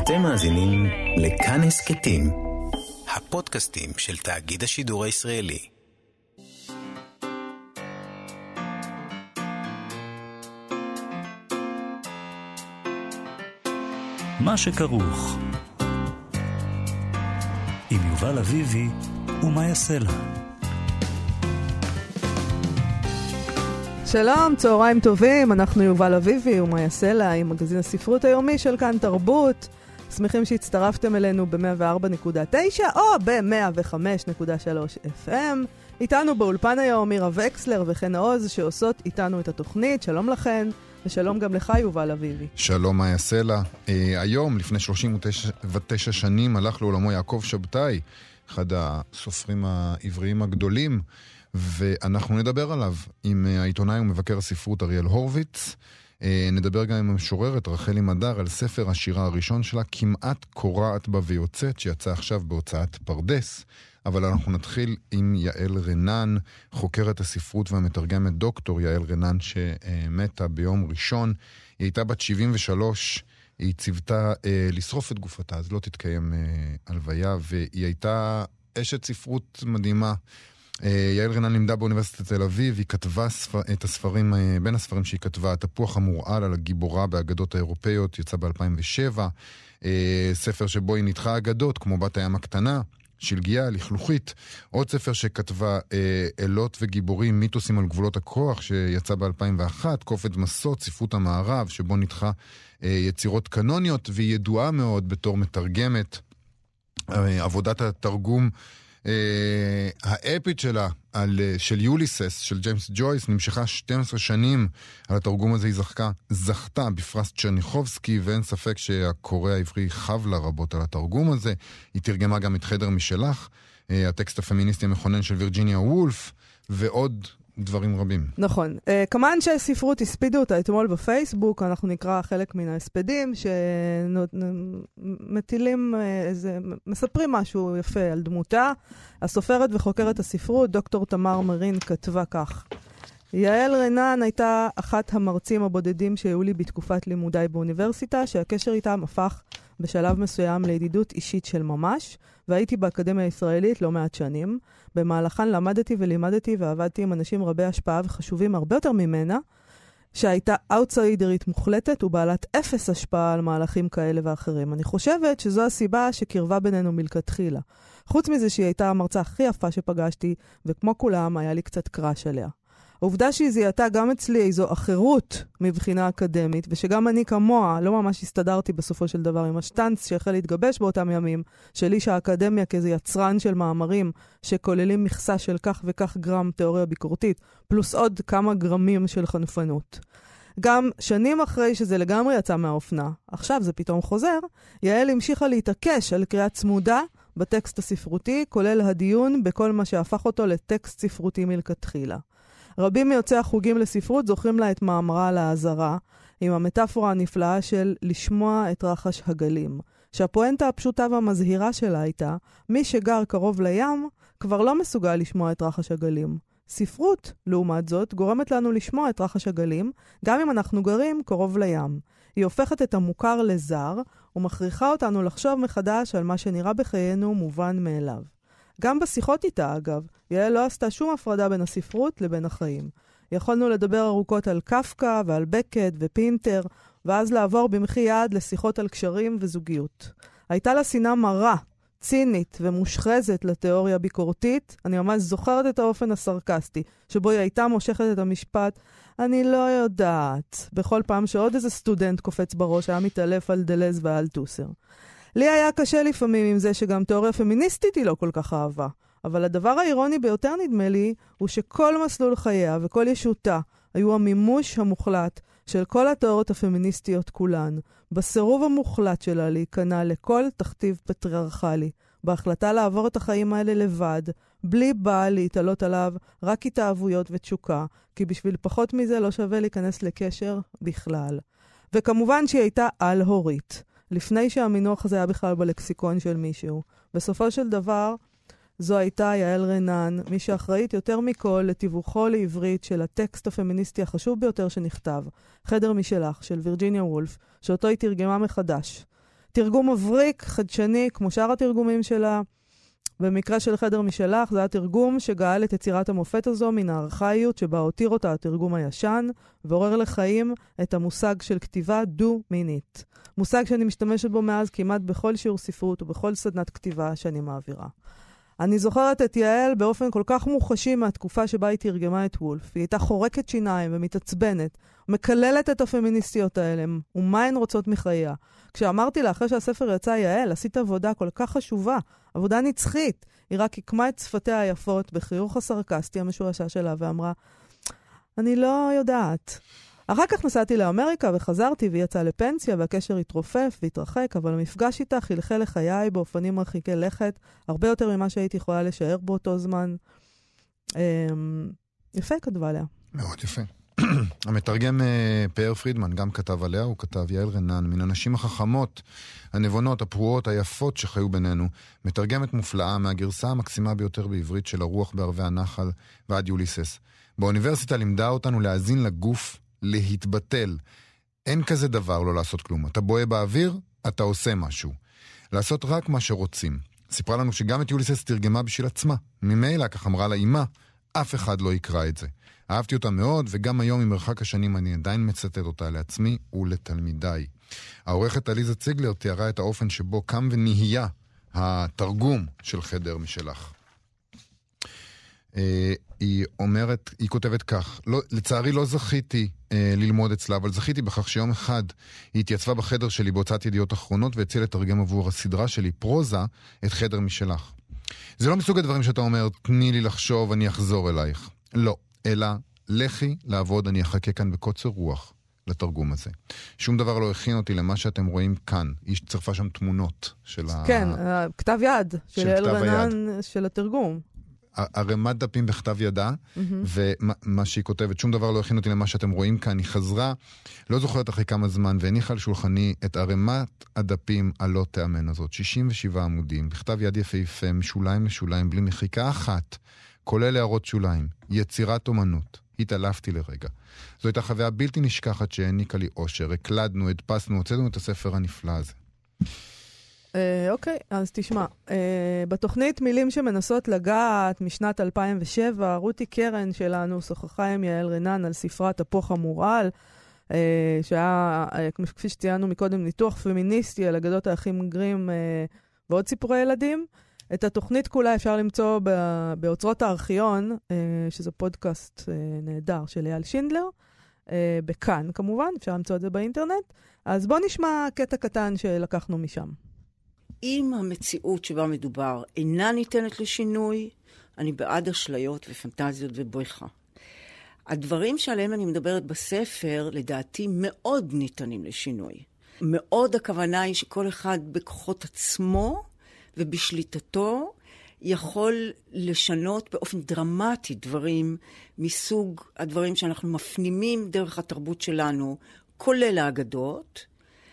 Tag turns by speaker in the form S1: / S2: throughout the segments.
S1: אתם מאזינים לכאן הסכתים, הפודקאסטים של תאגיד השידור הישראלי.
S2: מה שכרוך עם יובל אביבי ומה יעשה לה.
S3: שלום, צהריים טובים, אנחנו יובל אביבי ומה יעשה לה עם מגזין הספרות היומי של כאן תרבות. שמחים שהצטרפתם אלינו ב-104.9 או ב-105.3 FM. איתנו באולפן היום מירה וקסלר וחן העוז שעושות איתנו את התוכנית. שלום לכן ושלום גם לך יובל אביבי.
S4: שלום, מה יעשה לה. היום, לפני 39 שנים, הלך לעולמו יעקב שבתאי, אחד הסופרים העבריים הגדולים, ואנחנו נדבר עליו עם העיתונאי ומבקר הספרות אריאל הורוביץ. נדבר גם עם המשוררת רחלי מדר על ספר השירה הראשון שלה, כמעט קורעת בה ויוצאת, שיצא עכשיו בהוצאת פרדס. אבל אנחנו נתחיל עם יעל רנן, חוקרת הספרות והמתרגמת, דוקטור יעל רנן, שמתה ביום ראשון. היא הייתה בת 73, היא ציוותה לשרוף את גופתה, אז לא תתקיים הלוויה, והיא הייתה אשת ספרות מדהימה. יעל רנן לימדה באוניברסיטת תל אביב, היא כתבה את הספרים, בין הספרים שהיא כתבה, התפוח המורעל על הגיבורה באגדות האירופאיות, יצא ב-2007, ספר שבו היא ניתחה אגדות, כמו בת הים הקטנה, שלגיה, לכלוכית, עוד ספר שכתבה אלות וגיבורים, מיתוסים על גבולות הכוח, שיצא ב-2001, קופת מסות, ספרות המערב, שבו ניתחה יצירות קנוניות, והיא ידועה מאוד בתור מתרגמת. עבודת התרגום האפית שלה, של יוליסס, של ג'יימס ג'ויס, נמשכה 12 שנים. על התרגום הזה היא זכתה בפרס צ'רניחובסקי, ואין ספק שהקורא העברי חב לה רבות על התרגום הזה. היא תרגמה גם את חדר משלך, הטקסט הפמיניסטי המכונן של וירג'יניה וולף, ועוד דברים רבים. נכון.
S3: כמה אנשי ספרות הספידו אותה אתמול בפייסבוק, אנחנו נקרא חלק מן ההספדים שמטילים מספרים משהו יפה על דמותה. הסופרת וחוקרת הספרות, דוקטור תמר מרין, כתבה כך: יעל רנן הייתה אחת המרצים הבודדים שהיו לי בתקופת לימודיי באוניברסיטה, שהקשר איתם הפך בשלב מסוים לידידות אישית של ממש, והייתי באקדמיה הישראלית לא מעט שנים. במהלכן למדתי ולימדתי ועבדתי עם אנשים רבי השפעה וחשובים הרבה יותר ממנה, שהייתה אאוטסיידרית מוחלטת ובעלת אפס השפעה על מהלכים כאלה ואחרים. אני חושבת שזו הסיבה שקרבה בינינו מלכתחילה. חוץ מזה שהיא הייתה המרצה הכי יפה שפגשתי, וכמו כולם היה לי קצת קראש עליה. העובדה שהיא זיהתה גם אצלי איזו אחרות מבחינה אקדמית, ושגם אני כמוה לא ממש הסתדרתי בסופו של דבר עם השטנץ שהחל להתגבש באותם ימים, של איש האקדמיה כאיזה יצרן של מאמרים שכוללים מכסה של כך וכך גרם תיאוריה ביקורתית, פלוס עוד כמה גרמים של חנפנות. גם שנים אחרי שזה לגמרי יצא מהאופנה, עכשיו זה פתאום חוזר, יעל המשיכה להתעקש על קריאה צמודה בטקסט הספרותי, כולל הדיון בכל מה שהפך אותו לטקסט ספרותי מלכתחילה. רבים מיוצאי החוגים לספרות זוכרים לה את מאמרה על ההזרה, עם המטאפורה הנפלאה של לשמוע את רחש הגלים, שהפואנטה הפשוטה והמזהירה שלה הייתה, מי שגר קרוב לים כבר לא מסוגל לשמוע את רחש הגלים. ספרות, לעומת זאת, גורמת לנו לשמוע את רחש הגלים, גם אם אנחנו גרים קרוב לים. היא הופכת את המוכר לזר, ומכריחה אותנו לחשוב מחדש על מה שנראה בחיינו מובן מאליו. גם בשיחות איתה, אגב, יעל לא עשתה שום הפרדה בין הספרות לבין החיים. יכולנו לדבר ארוכות על קפקא ועל בקט ופינטר, ואז לעבור במחי יד לשיחות על קשרים וזוגיות. הייתה לה שנאה מרה, צינית ומושחזת לתיאוריה ביקורתית. אני ממש זוכרת את האופן הסרקסטי, שבו היא הייתה מושכת את המשפט, אני לא יודעת, בכל פעם שעוד איזה סטודנט קופץ בראש, היה מתעלף על דלז ועל טוסר. לי היה קשה לפעמים עם זה שגם תיאוריה פמיניסטית היא לא כל כך אהבה. אבל הדבר האירוני ביותר נדמה לי, הוא שכל מסלול חייה וכל ישותה היו המימוש המוחלט של כל התיאוריות הפמיניסטיות כולן, בסירוב המוחלט שלה להיכנע לכל תכתיב פטריארכלי, בהחלטה לעבור את החיים האלה לבד, בלי בעל להתעלות עליו, רק התאהבויות ותשוקה, כי בשביל פחות מזה לא שווה להיכנס לקשר בכלל. וכמובן שהיא הייתה על-הורית. לפני שהמינוח הזה היה בכלל בלקסיקון של מישהו. בסופו של דבר, זו הייתה יעל רנן, מי שאחראית יותר מכל לתיווכו לעברית של הטקסט הפמיניסטי החשוב ביותר שנכתב, חדר משלך, של וירג'יניה וולף, שאותו היא תרגמה מחדש. תרגום מבריק, חדשני, כמו שאר התרגומים שלה. במקרה של חדר משלך, זה היה תרגום שגאל את יצירת המופת הזו מן הארכאיות שבה הותיר אותה התרגום הישן, ועורר לחיים את המושג של כתיבה דו-מינית. מושג שאני משתמשת בו מאז כמעט בכל שיעור ספרות ובכל סדנת כתיבה שאני מעבירה. אני זוכרת את יעל באופן כל כך מוחשי מהתקופה שבה היא תרגמה את וולף. היא הייתה חורקת שיניים ומתעצבנת, מקללת את הפמיניסטיות האלה, ומה הן רוצות מחייה. כשאמרתי לה, אחרי שהספר יצא, יעל, עשית עבודה כל כך חשובה, עבודה נצחית. היא רק הקמה את שפתיה היפות בחיוך הסרקסטי המשועשע שלה ואמרה, אני לא יודעת. אחר כך נסעתי לאמריקה וחזרתי והיא יצאה לפנסיה והקשר התרופף והתרחק, אבל המפגש איתה חלחל לחיי באופנים מרחיקי לכת, הרבה יותר ממה שהייתי יכולה לשער באותו זמן. יפה כתבה עליה.
S4: מאוד יפה. המתרגם פאר פרידמן גם כתב עליה, הוא כתב יעל רנן, מן הנשים החכמות, הנבונות, הפרועות, היפות שחיו בינינו, מתרגמת מופלאה מהגרסה המקסימה ביותר בעברית של הרוח בערבי הנחל ועד יוליסס. באוניברסיטה לימדה אותנו להאזין לגוף, להתבטל. אין כזה דבר לא לעשות כלום. אתה בואה באוויר, אתה עושה משהו. לעשות רק מה שרוצים. סיפרה לנו שגם את יוליסס תרגמה בשביל עצמה. ממילא, כך אמרה לה אמא, אף אחד לא יקרא את זה. אהבתי אותה מאוד, וגם היום ממרחק השנים אני עדיין מצטט אותה לעצמי ולתלמידיי. העורכת עליזה ציגלר תיארה את האופן שבו קם ונהיה התרגום של חדר משלך. היא אומרת, היא כותבת כך, לצערי לא זכיתי ללמוד אצלה, אבל זכיתי בכך שיום אחד היא התייצבה בחדר שלי בהוצאת ידיעות אחרונות והציעה לתרגם עבור הסדרה שלי, פרוזה, את חדר משלך. זה לא מסוג הדברים שאתה אומר, תני לי לחשוב, אני אחזור אלייך. לא, אלא לכי לעבוד, אני אחכה כאן בקוצר רוח לתרגום הזה. שום דבר לא הכין אותי למה שאתם רואים כאן. היא צרפה שם תמונות של
S3: כן, כתב יד של יעל רנן של התרגום.
S4: הרמת דפים בכתב ידה, ומה שהיא כותבת, שום דבר לא הכין אותי למה שאתם רואים כאן. היא חזרה, לא זוכרת אחרי כמה זמן, והניחה על שולחני את הרמת הדפים הלא תאמן הזאת. 67 עמודים, בכתב יד יפהפה, משוליים לשוליים, בלי מחיקה אחת, כולל הערות שוליים, יצירת אומנות. התעלפתי לרגע. זו הייתה חוויה בלתי נשכחת שהעניקה לי אושר. הקלדנו, הדפסנו, הוצאנו את הספר הנפלא הזה.
S3: אוקיי, אז תשמע. בתוכנית מילים שמנסות לגעת משנת 2007, רותי קרן שלנו שוחחה עם יעל רנן על ספרה תפוח המורעל, שהיה, כפי שציינו מקודם, ניתוח פמיניסטי על אגדות האחים גרים ועוד סיפורי ילדים. את התוכנית כולה אפשר למצוא באוצרות הארכיון, שזה פודקאסט נהדר של אייל שינדלר, בכאן כמובן, אפשר למצוא את זה באינטרנט. אז בוא נשמע קטע קטן שלקחנו משם.
S5: אם המציאות שבה מדובר אינה ניתנת לשינוי, אני בעד אשליות ופנטזיות ובריחה. הדברים שעליהם אני מדברת בספר, לדעתי, מאוד ניתנים לשינוי. מאוד הכוונה היא שכל אחד בכוחות עצמו ובשליטתו יכול לשנות באופן דרמטי דברים מסוג הדברים שאנחנו מפנימים דרך התרבות שלנו, כולל האגדות,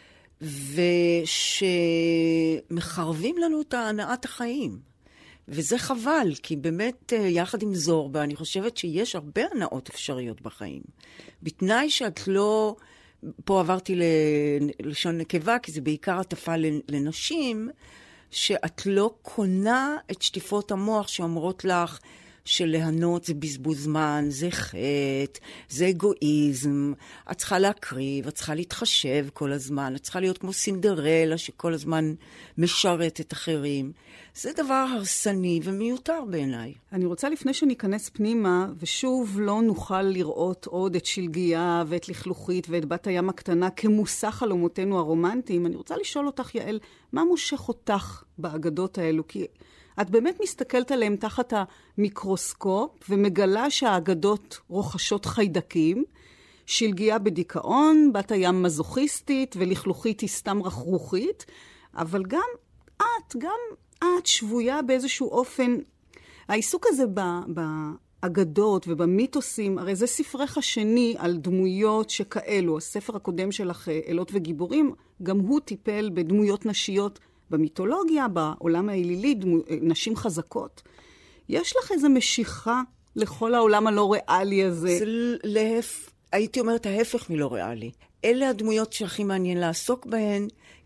S5: ושמחרבים לנו את הנעת החיים. וזה חבל, כי באמת יחד עם זורבה, אני חושבת שיש הרבה הנאות אפשריות בחיים. בתנאי שאת לא, פה עברתי ללשון נקבה, כי זה בעיקר עטפה לנשים, שאת לא קונה את שטיפות המוח שאומרות לך שלהנות זה בזבוז זמן, זה חטא, זה אגואיזם, את צריכה להקריב, את צריכה להתחשב כל הזמן, את צריכה להיות כמו סינדרלה שכל הזמן משרתת אחרים. זה דבר הרסני ומיותר בעיניי.
S6: אני רוצה לפני שניכנס פנימה, ושוב לא נוכל לראות עוד את שלגיה ואת לכלוכית ואת בת הים הקטנה כמושא חלומותינו הרומנטיים, אני רוצה לשאול אותך, יעל, מה מושך אותך באגדות האלו? כי את באמת מסתכלת עליהם תחת המיקרוסקופ ומגלה שהאגדות רוכשות חיידקים, שלגיה בדיכאון, בת הים מזוכיסטית ולכלוכית היא סתם רכרוכית, אבל גם את שבויה באיזשהו אופן. העיסוק הזה באגדות ובמיתוסים, הרי זה ספרך השני על דמויות שכאלו. הספר הקודם שלך, אלות וגיבורים, גם הוא טיפל בדמויות נשיות במיתולוגיה, בעולם האלילי, נשים חזקות. יש לך איזו משיכה לכל העולם הלא ריאלי הזה?
S5: זה הייתי אומרת ההפך מלא ריאלי. אלה הדמויות שהכי מעניין לעסוק בהן,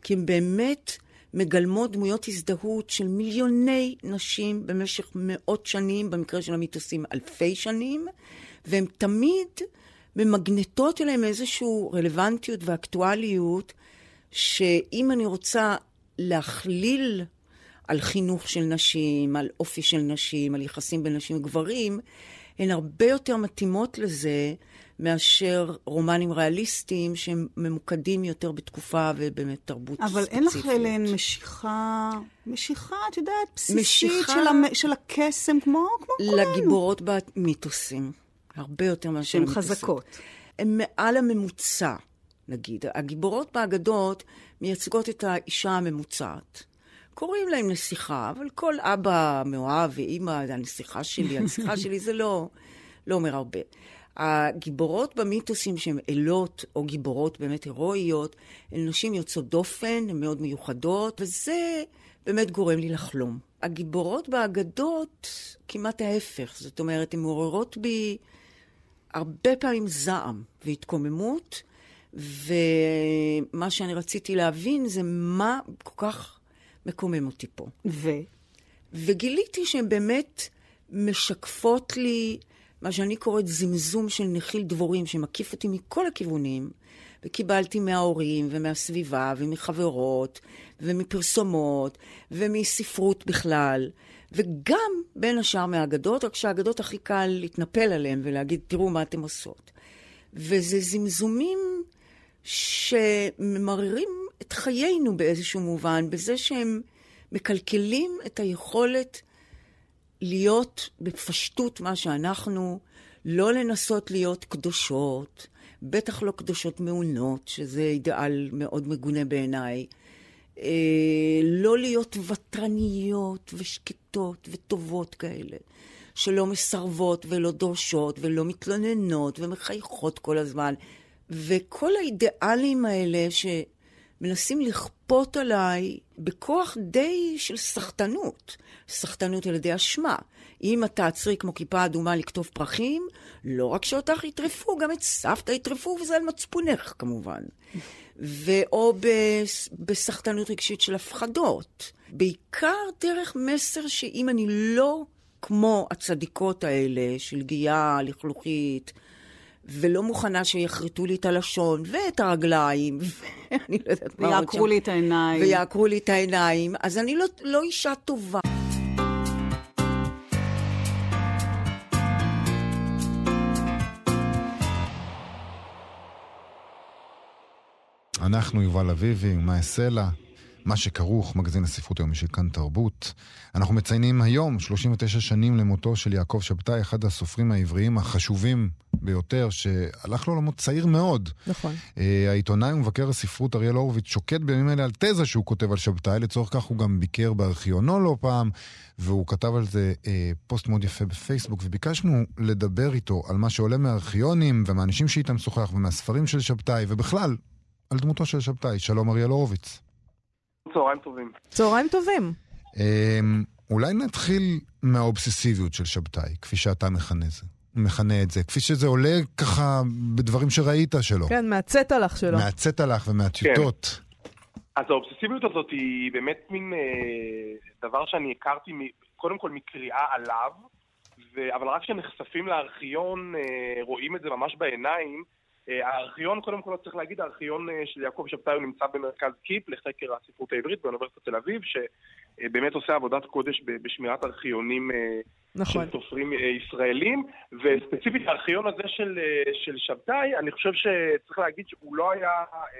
S5: כי הם באמת מגלמות דמויות הזדהות של מיליוני נשים במשך מאות שנים, במקרה של המיתוסים אלפי שנים, והן תמיד ממגנטות אליהם איזושהי רלוונטיות ואקטואליות, שאם אני רוצה להכליל על חינוך של נשים, על אופי של נשים, על יחסים בין נשים וגברים, הן הרבה יותר מתאימות לזה מאשר רומנים ריאליסטיים שהם ממוקדים יותר בתקופה ובאמת תרבות ספציפית.
S6: אבל אין לך אליהן משיכה, את יודעת, בסיסית של הקסם, כמו כולנו.
S5: לגיבורות במיתוסים, הרבה יותר מאשר
S6: הן חזקות.
S5: הן מעל הממוצע, נגיד. הגיבורות באגדות מייצגות את האישה הממוצעת. קוראים להם נסיכה, אבל כל אבא מאוהב ואמא, הנסיכה שלי, זה לא אומר הרבה. הגיבורות במיתוסים שהן אלות או גיבורות באמת הירואיות, הן נשים יוצאות דופן, הן מאוד מיוחדות, וזה באמת גורם לי לחלום. הגיבורות באגדות כמעט ההפך, זאת אומרת, הן מעוררות בי הרבה פעמים זעם והתקוממות, ומה שאני רציתי להבין זה מה כל כך מקומם אותי פה. וגיליתי שהן באמת משקפות לי מה שאני קוראת זמזום של נחיל דבורים, שמקיף אותי מכל הכיוונים, וקיבלתי מההורים ומהסביבה ומחברות ומפרסומות ומספרות בכלל, וגם בין השאר מהאגדות, רק שהאגדות הכי קל להתנפל עליהם ולהגיד, תראו מה אתם עושות. וזה זמזומים שממררים את חיינו באיזשהו מובן, בזה שהם מקלקלים את היכולת להיות בפשטות מה שאנחנו, לא לנסות להיות קדושות, בטח לא קדושות מעונות, שזה אידאל מאוד מגונה בעיניי, לא להיות וטרניות ושקטות וטובות כאלה, שלא מסרבות ולא דורשות ולא מתלוננות ומחייכות כל הזמן. וכל האידאלים האלה שמנסים לכפות עליי בכוח די של סחטנות, סחטנות על ידי אשמה. אם אתה תעצרי כמו כיפה אדומה לכתוב פרחים, לא רק שאותך יטרפו, גם את סבתא יטרפו, וזה על מצפונך כמובן. או בסחטנות רגשית של הפחדות. בעיקר דרך מסר שאם אני לא כמו הצדיקות האלה של גייה לכלוכית, ולא מוכנה שיחרטו לי את הלשון ואת הרגליים, ואני לא יודעת מה עוד שם.
S6: ויעקרו לי את העיניים.
S5: ויעקרו לי את העיניים, אז אני לא אישה טובה.
S4: אנחנו יובל אביבי, מה יעשה לה? מה שכרוך, מגזין הספרות היומי של כאן תרבות. אנחנו מציינים היום 39 שנים למותו של יעקב שבתאי, אחד הסופרים העבריים החשובים ביותר, שהלך לעולמו צעיר מאוד.
S3: נכון.
S4: העיתונאי ומבקר הספרות אריאל הורוביץ שוקד בימים אלה על תזה שהוא כותב על שבתאי, לצורך כך הוא גם ביקר בארכיונו לא פעם, והוא כתב על זה פוסט מאוד יפה בפייסבוק, וביקשנו לדבר איתו על מה שעולה מהארכיונים ומהאנשים שאיתם שוחח ומהספרים של שבתאי, ובכלל על דמותו של שבתאי. שלום אריאל הורוביץ.
S7: צהריים טובים.
S3: צהריים טובים.
S4: אולי נתחיל מהאובססיביות של שבתאי, כפי שאתה מכנה את זה, כפי שזה עולה ככה בדברים שראית שלו.
S3: כן, מהצטלח שלו.
S4: מהצטלח ומהטיוטות.
S7: אז האובססיביות הזאת היא באמת מין דבר שאני הכרתי קודם כל מקריאה עליו, אבל רק כשנחשפים לארכיון רואים את זה ממש בעיניים. הארכיון, קודם כל צריך להגיד, הארכיון של יעקב שבתאי הוא נמצא במרכז קיפ לחקר הספרות העברית באוניברסיטת תל אביב, שבאמת עושה עבודת קודש בשמירת ארכיונים של סופרים ישראלים, וספציפית הארכיון הזה של שבתאי, אני חושב שצריך להגיד שהוא לא היה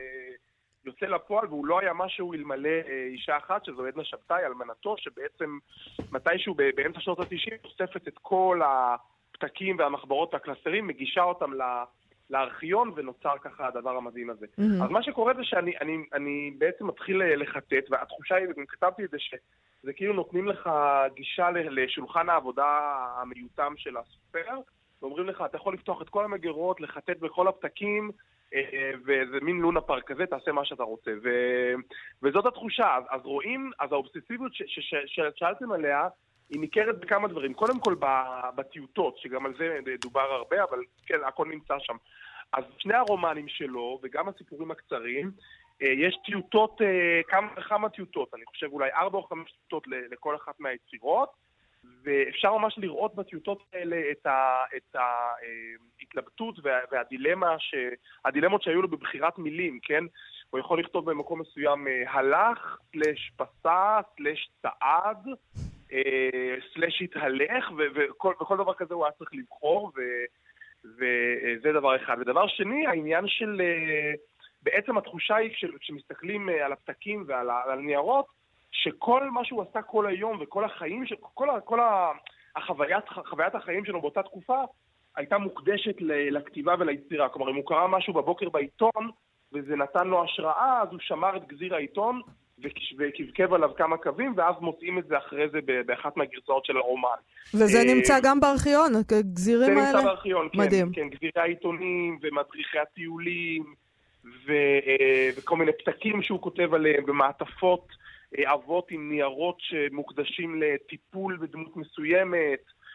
S7: יוצא לפועל, והוא לא היה משהו אלמלא אישה אחת, שזו עדנה שבתאי, אלמנתו, שבעצם מתישהו באמצע שנות ה-90 אוספת את כל הפתקים והמחברות והקלסרים, מגישה אותם לארכיון, ונוצר ככה הדבר המדהים הזה. אז מה שקורה זה שאני בעצם מתחיל לחטט, והתחושה היא, אם כתבתי את זה, שזה כאילו נותנים לך גישה לשולחן העבודה המיותם של הסופר, ואומרים לך, אתה יכול לפתוח את כל המגירות, לחטט בכל הפתקים, וזה מין לונה פארק כזה, תעשה מה שאתה רוצה. וזאת התחושה. אז רואים, אז האובססיביות ששאלתם עליה, היא ניכרת בכמה דברים. קודם כל בטיוטות, שגם על זה דובר הרבה, אבל כן, הכל נמצא שם. אז שני הרומנים שלו, וגם הסיפורים הקצרים, יש טיוטות, כמה וכמה טיוטות, אני חושב אולי 4 או 5 טיוטות לכל אחת מהיצירות, ואפשר ממש לראות בטיוטות האלה את ההתלבטות והדילמות שהיו לו בבחירת מילים, כן? הוא יכול לכתוב במקום מסוים הלך, סלש פסע, סלש צעד, סלש התהלך, וכל דבר כזה הוא היה צריך לבחור, וזה דבר אחד. ודבר שני, העניין של, בעצם התחושה היא כשמסתכלים על הפתקים ועל הניירות, שכל מה שהוא עשה כל היום וכל החיים, כל חוויית החיים שלו באותה תקופה, הייתה מוקדשת לכתיבה וליצירה. כלומר, אם הוא קרא משהו בבוקר בעיתון, וזה נתן לו השראה, אז הוא שמר את גזיר העיתון, וכבכב עליו כמה קווים, ואז מוצאים את זה אחרי זה באחת מהגרסאות של הרומן. וזה
S3: נמצא גם בארכיון, הגזירים האלה?
S7: זה נמצא בארכיון,
S3: מדהים.
S7: כן, גזירי העיתונים ומדריכי הטיולים, וכל מיני פתקים שהוא כותב עליהם, במעטפות אבות עם ניירות שמוקדשים לטיפול בדמות מסוימת,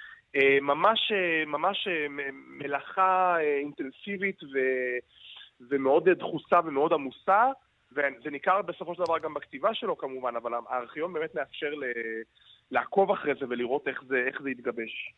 S7: ממש מלאכה אינטנסיבית ומאוד דחוסה ומאוד עמוסה, וזה ניכר בסופו של דבר גם בכתיבה שלו כמובן, אבל הארכיון באמת מאפשר לעקוב אחרי זה ולראות איך זה יתגבש.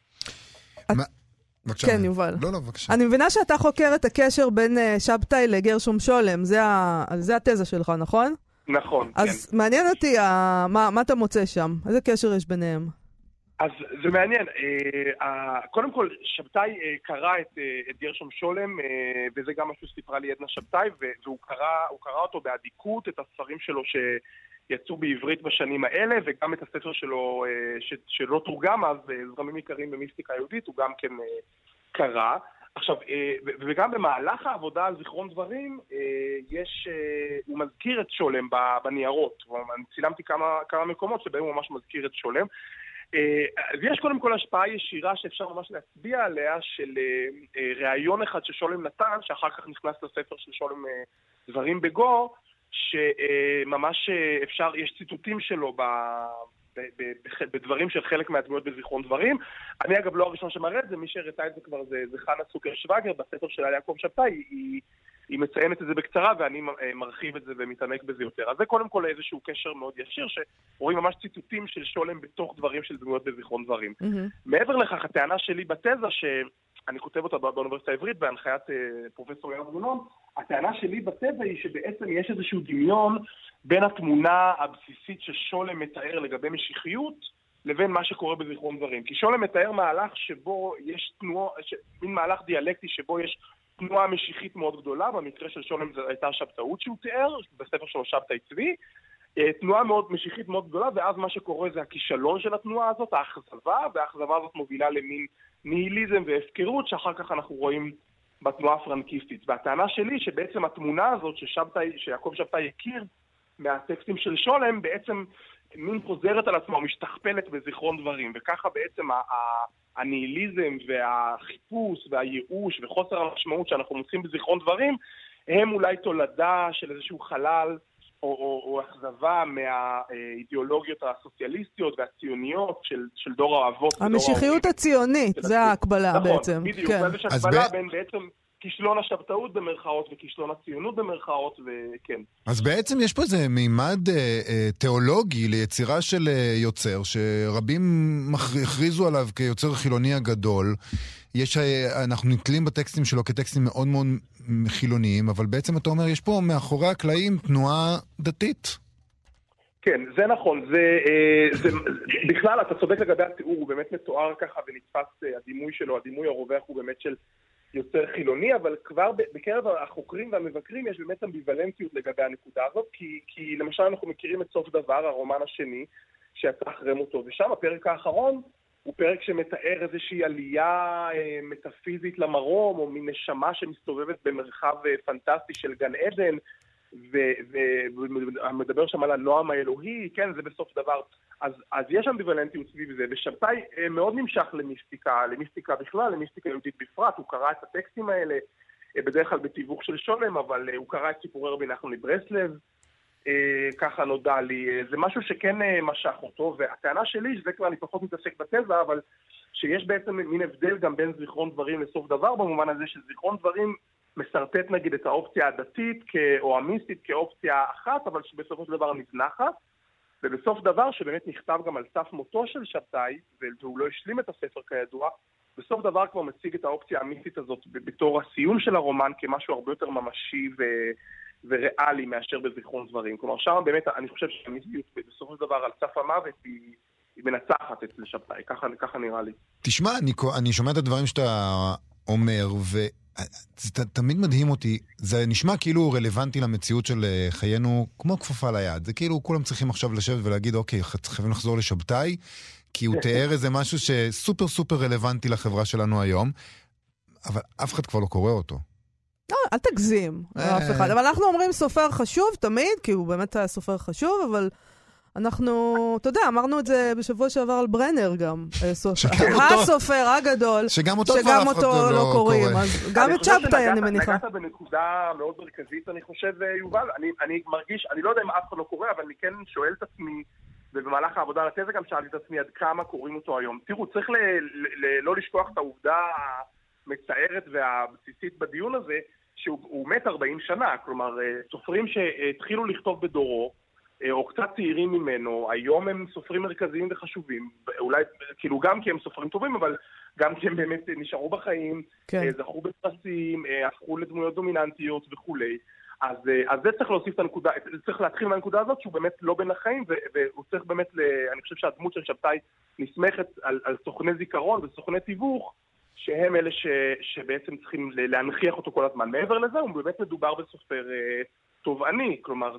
S3: כן, יובל.
S4: לא, בבקשה.
S3: אני מבינה שאתה חוקר את הקשר בין שבתאי לגרשום שולם, זה התזה שלך, נכון?
S7: נכון, כן.
S3: אז מעניין אותי, מה אתה מוצא שם? איזה קשר יש ביניהם?
S7: אז זה מעניין. קודם כל, שבתאי קרא את גרשום שולם, וזה גם משהו שסיפרה לי עדנה שבתאי, והוא קרא אותו באדיקות, את הספרים שלו שיצאו בעברית בשנים האלה, וגם את הספר שלו שלא תורגם, אז זרמים עיקריים במיסטיקה יהודית, הוא גם כן קרא. עכשיו, וגם במהלך העבודה על זיכרון דברים, הוא מזכיר את שולם בניירות. אני צילמתי כמה מקומות שבהם הוא ממש מזכיר את שולם. אז יש קודם כל השפעה ישירה שאפשר ממש להצביע עליה של ראיון אחד ששולם נתן, שאחר כך נכנס לספר של שולם דברים בגו, שממש אפשר, יש ציטוטים שלו בדברים של חלק מהדמויות בזיכרון דברים. אני אגב לא הראשון שמראה את זה, מי שהראתה את זה כבר זה חנה צוקר שווגר בספר של יעקב שבתאי, היא מציינת את זה בקצרה ואני מרחיב את זה ומתעמק בזה יותר. אז זה קודם כל איזשהו קשר מאוד ישיר שרואים ממש ציטוטים של שולם בתוך דברים של דמויות בזיכרון דברים. מעבר לכך, הטענה שלי בתזה שאני כותב אותה באוניברסיטה העברית בהנחיית פרופסור יאיר גונון, הטענה שלי בתזה היא שבעצם יש איזשהו דמיון בין התמונה הבסיסית ששולם מתאר לגבי משיחיות לבין מה שקורה בזיכרון דברים. כי שולם מתאר מהלך שבו יש תנועה, מין מהלך דיאלקטי שבו יש תנועה משיחית מאוד גדולה, במקרה של שולם זו הייתה שבתאות שהוא תיאר, בספר שלו שבתאי צבי, תנועה מאוד משיחית מאוד גדולה, ואז מה שקורה זה הכישלון של התנועה הזאת, האכזבה, והאכזבה הזאת מובילה למין ניהיליזם והפקרות, שאחר כך אנחנו רואים בתנועה הפרנקיסטית. והטענה שלי שבעצם התמונה הזאת שיעקב שבתאי הכיר מהטקסטים של שולם, בעצם מין חוזרת על עצמה, משתכפלת בזיכרון דברים, וככה בעצם הניהיליזם והחיפוש והייאוש וחוסר המשמעות שאנחנו מוצאים בזיכרון דברים, הם אולי תולדה של איזשהו חלל או אכזבה מהאידיאולוגיות הסוציאליסטיות והציוניות של דור האבות.
S3: המשיחיות הציונית, זה ההקבלה בעצם.
S7: נכון, בדיוק, יש הקבלה בין בעצם כישלון השבתאות במרכאות וכישלון הציונות במרכאות, וכן.
S4: אז בעצם יש פה איזה מימד תיאולוגי ליצירה של יוצר, שרבים הכריזו עליו כיוצר חילוני הגדול. אנחנו נתלים בטקסטים שלו כטקסטים מאוד מאוד חילוניים, אבל בעצם אתה אומר, יש פה מאחורי הקלעים תנועה דתית.
S7: כן, זה נכון. בכלל, אתה צודק לגבי התיאור, הוא באמת מתואר ככה ונתפס הדימוי שלו, הדימוי הרווח הוא באמת של יוצר חילוני, אבל כבר בקרב החוקרים והמבקרים יש באמת אמביוולנטיות לגבי הנקודה הזאת, כי למשל אנחנו מכירים את סוף דבר, הרומן השני, שיצא אחרי מותו, ושם הפרק האחרון הוא פרק שמתאר איזושהי עלייה מטאפיזית למרום, או מנשמה שמסתובבת במרחב פנטסטי של גן עדן, ומדבר שם על הנועם האלוהי, כן, זה בסוף דבר. אז יש אמביוולנטיות סביב זה, ושבתאי מאוד נמשך למיסטיקה בכלל, למיסטיקה יהודית בפרט. הוא קרא את הטקסטים האלה, בדרך כלל בתיווך של שולם, אבל הוא קרא את סיפורי רבי נחמן מברסלב, ככה נודע לי. זה משהו שכן משך אותו, והטענה שלי, שזה כבר אני פחות מתעסק בתזה, אבל שיש בעצם מין הבדל גם בין זיכרון דברים לסוף דבר, במובן הזה שזיכרון דברים מסרטט נגיד את האופציה הדתית או המיסטית כאופציה אחת, אבל שבסופו של דבר נזנחת. ובסוף דבר שבאמת נכתב גם על סף מותו של שבתאי, והוא לא השלים את הספר כידוע, בסוף דבר כבר מציג את האופציה המיסטית הזאת בתור הסיום של הרומן כמשהו הרבה יותר ממשי וריאלי מאשר בזיכרון דברים. כלומר, שם באמת אני חושב שהמיסטיות בסופו של דבר על סף המוות היא מנצחת אצל שבתאי, ככה נראה לי.
S4: תשמע, אני שומע את הדברים שאתה אומר, זה תמיד מדהים אותי, זה נשמע כאילו רלוונטי למציאות של חיינו כמו כפפה ליד. זה כאילו כולם צריכים עכשיו לשבת ולהגיד, אוקיי, חייבים לחזור לשבתאי, כי הוא תיאר איזה משהו שסופר סופר רלוונטי לחברה שלנו היום, אבל אף אחד כבר לא קורא אותו.
S3: לא, אל תגזים, אף אחד. אבל אנחנו אומרים סופר חשוב תמיד, כי הוא באמת היה סופר חשוב, אבל אנחנו, אתה יודע, אמרנו את זה בשבוע שעבר על ברנר גם. הסופר הגדול, שגם אותו לא קוראים. גם את שבתאי אני מניחה.
S7: נגעת בנקודה מאוד מרכזית, אני חושב, יובל. אני מרגיש, אני לא יודע אם אף אחד לא קורא, אבל אני כן שואל את עצמי, ובמהלך העבודה על התזה גם שאלתי את עצמי עד כמה קוראים אותו היום. תראו, צריך לא לשכוח את העובדה המצערת והבסיסית בדיון הזה, שהוא מת 40 שנה. כלומר, סופרים שהתחילו לכתוב בדורו, או קצת צעירים ממנו, היום הם סופרים מרכזיים וחשובים, אולי כאילו גם כי הם סופרים טובים, אבל גם כי הם באמת נשארו בחיים, כן. זכו בפרסים, הפכו לדמויות דומיננטיות וכולי. אז זה צריך להוסיף את הנקודה, צריך להתחיל מהנקודה הזאת שהוא באמת לא בין החיים, והוא צריך באמת, אני חושב שהדמות של שבתאי נסמכת על סוכני זיכרון וסוכני תיווך, שהם אלה שבעצם צריכים להנחיח אותו כל הזמן. מעבר לזה, הוא באמת מדובר בסופר תובעני, כלומר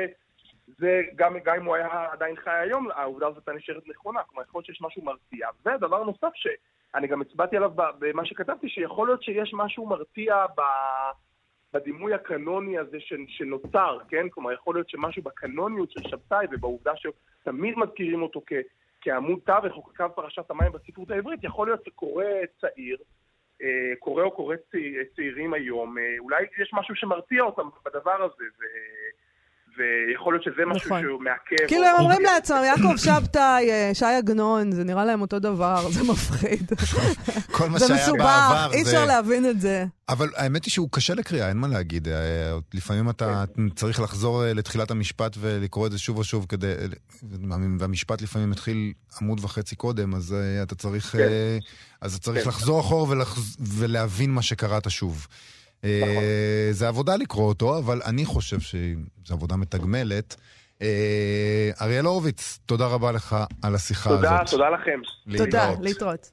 S7: זה גם אם הוא היה עדיין חי היום, העובדה הזאת נשארת נכונה, כלומר יכול להיות שיש משהו מרתיע. ודבר נוסף שאני גם הצבעתי עליו במה שכתבתי, שיכול להיות שיש משהו מרתיע בדימוי הקנוני הזה שנוצר, כן? כלומר יכול להיות שמשהו בקנוניות של שבתאי ובעובדה שתמיד מזכירים אותו כעמוד תווך או כקו פרשת המים בספרות העברית, יכול להיות שקורא צעיר, קורא או קורא צעירים היום, אולי יש משהו שמרתיע אותם בדבר הזה, ויכול להיות שזה משהו שהוא מעכב.
S3: כאילו הם אומרים לעצמם, יעקב שבתאי, שי עגנון, זה נראה להם אותו דבר, זה מפחיד.
S4: כל מה שהיה בעבר.
S3: אי אפשר להבין את זה.
S4: אבל האמת היא שהוא קשה לקריאה, אין מה להגיד. לפעמים אתה צריך לחזור לתחילת המשפט ולקרוא את זה שוב ושוב, והמשפט לפעמים מתחיל עמוד וחצי קודם, אז אתה צריך לחזור אחור ולהבין מה שקראת שוב. זה עבודה לקרוא אותו, אבל אני חושב שזו עבודה מתגמלת. אריאל הורוביץ, תודה רבה לך על השיחה הזאת.
S7: תודה לכם.
S3: תודה, להתראות.